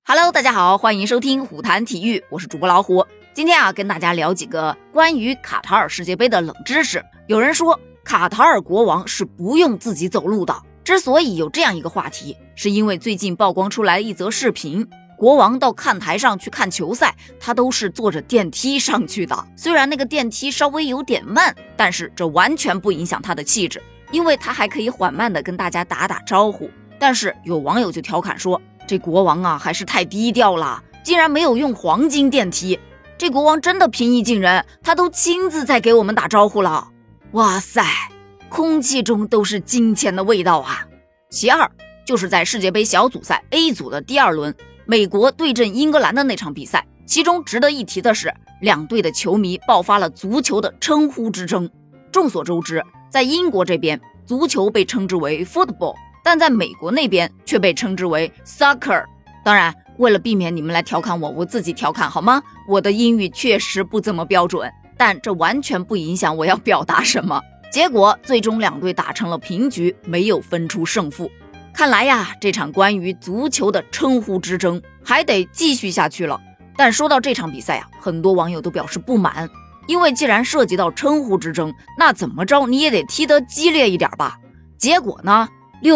Hello， 大家好，欢迎收听虎谈体育，我是主播老虎。今天跟大家聊几个关于卡塔尔世界杯的冷知识。有人说卡塔尔国王是不用自己走路的，之所以有这样一个话题，是因为最近曝光出来一则视频，国王到看台上去看球赛，他都是坐着电梯上去的。虽然那个电梯稍微有点慢，但是这完全不影响他的气质，因为他还可以缓慢地跟大家打打招呼。但是有网友就调侃说，这国王还是太低调了，竟然没有用黄金电梯。这国王真的平易近人，他都亲自在给我们打招呼了。哇塞，空气中都是金钱的味道啊！其二就是在世界杯小组赛 A 组的第二轮，美国对阵英格兰的那场比赛，其中值得一提的是，两队的球迷爆发了足球的称呼之争。众所周知，在英国这边，足球被称之为 football， 但在美国那边却被称之为 soccer。 当然为了避免你们来调侃我自己调侃好吗？我的英语确实不怎么标准，但这完全不影响我要表达什么。结果最终两队打成了平局，没有分出胜负。看来这场关于足球的称呼之争还得继续下去了。但说到这场比赛很多网友都表示不满，因为既然涉及到称呼之争，那怎么着你也得踢得激烈一点吧。结果呢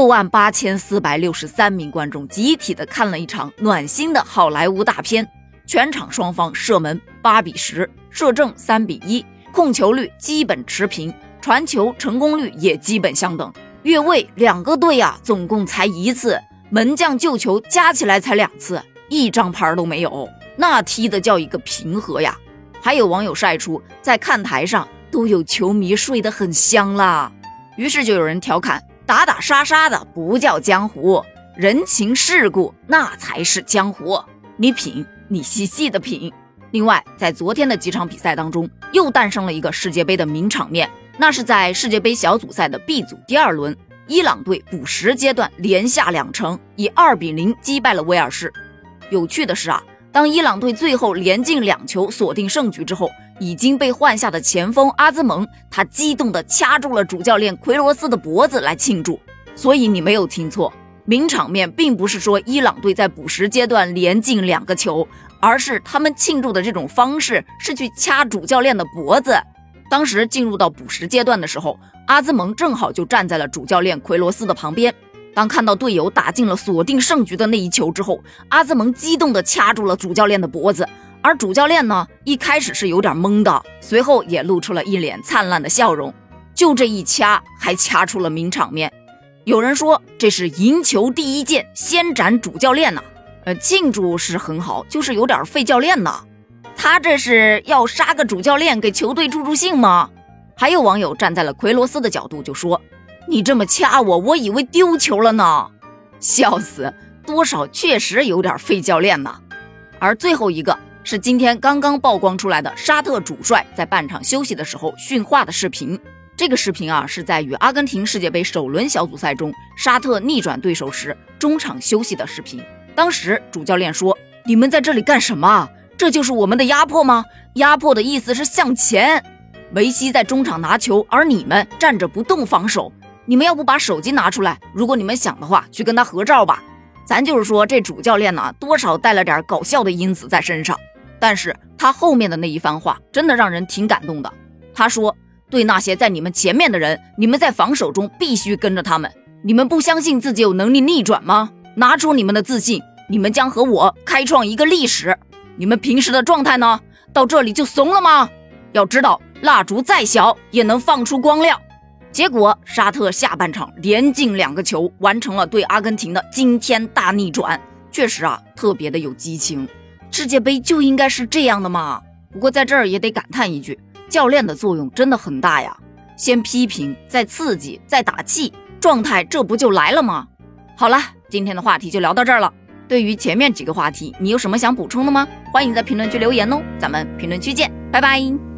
，68463名观众集体的看了一场暖心的好莱坞大片，全场双方射门8-10，射正3-1，控球率基本持平，传球成功率也基本相等，越位两个队总共才1次，门将救球加起来才2次，一张牌都没有，那踢的叫一个平和呀。还有网友晒出在看台上都有球迷睡得很香啦，于是就有人调侃，打打杀杀的不叫江湖，人情世故那才是江湖，你品，你细细的品。另外在昨天的几场比赛当中，又诞生了一个世界杯的名场面，那是在世界杯小组赛的 B 组第二轮，伊朗队补时阶段连下2城，以2-0击败了威尔士。有趣的是当伊朗队最后连进2球锁定胜局之后，已经被换下的前锋阿兹蒙，他激动地掐住了主教练奎罗斯的脖子来庆祝。所以你没有听错，名场面并不是说伊朗队在补时阶段连进2个球，而是他们庆祝的这种方式是去掐主教练的脖子。当时进入到补时阶段的时候，阿兹蒙正好就站在了主教练奎罗斯的旁边。当看到队友打进了锁定胜局的那一球之后，阿兹蒙激动地掐住了主教练的脖子，而主教练呢，一开始是有点懵的，随后也露出了一脸灿烂的笑容。就这一掐，还掐出了名场面。有人说这是赢球第一箭，先斩主教练庆祝是很好，就是有点费教练呢。他这是要杀个主教练给球队助助兴吗？还有网友站在了奎罗斯的角度就说，你这么掐我以为丢球了呢。笑死，多少确实有点费教练呢。而最后一个是今天刚刚曝光出来的沙特主帅在半场休息的时候训话的视频。这个视频是在与阿根廷世界杯首轮小组赛中沙特逆转对手时中场休息的视频。当时主教练说，你们在这里干什么？这就是我们的压迫吗？压迫的意思是向前。梅西在中场拿球，而你们站着不动防守。你们要不把手机拿出来，如果你们想的话，去跟他合照吧。咱就是说这主教练多少带了点搞笑的因子在身上，但是他后面的那一番话真的让人挺感动的。他说，对那些在你们前面的人，你们在防守中必须跟着他们。你们不相信自己有能力逆转吗？拿出你们的自信，你们将和我开创一个历史。你们平时的状态呢？到这里就怂了吗？要知道蜡烛再小也能放出光亮。结果沙特下半场连进2个球，完成了对阿根廷的惊天大逆转，确实特别的有激情。世界杯就应该是这样的嘛。不过在这儿也得感叹一句，教练的作用真的很大呀，先批评再刺激再打气，状态这不就来了吗？好了，今天的话题就聊到这儿了。对于前面几个话题你有什么想补充的吗？欢迎在评论区留言咱们评论区见，拜拜。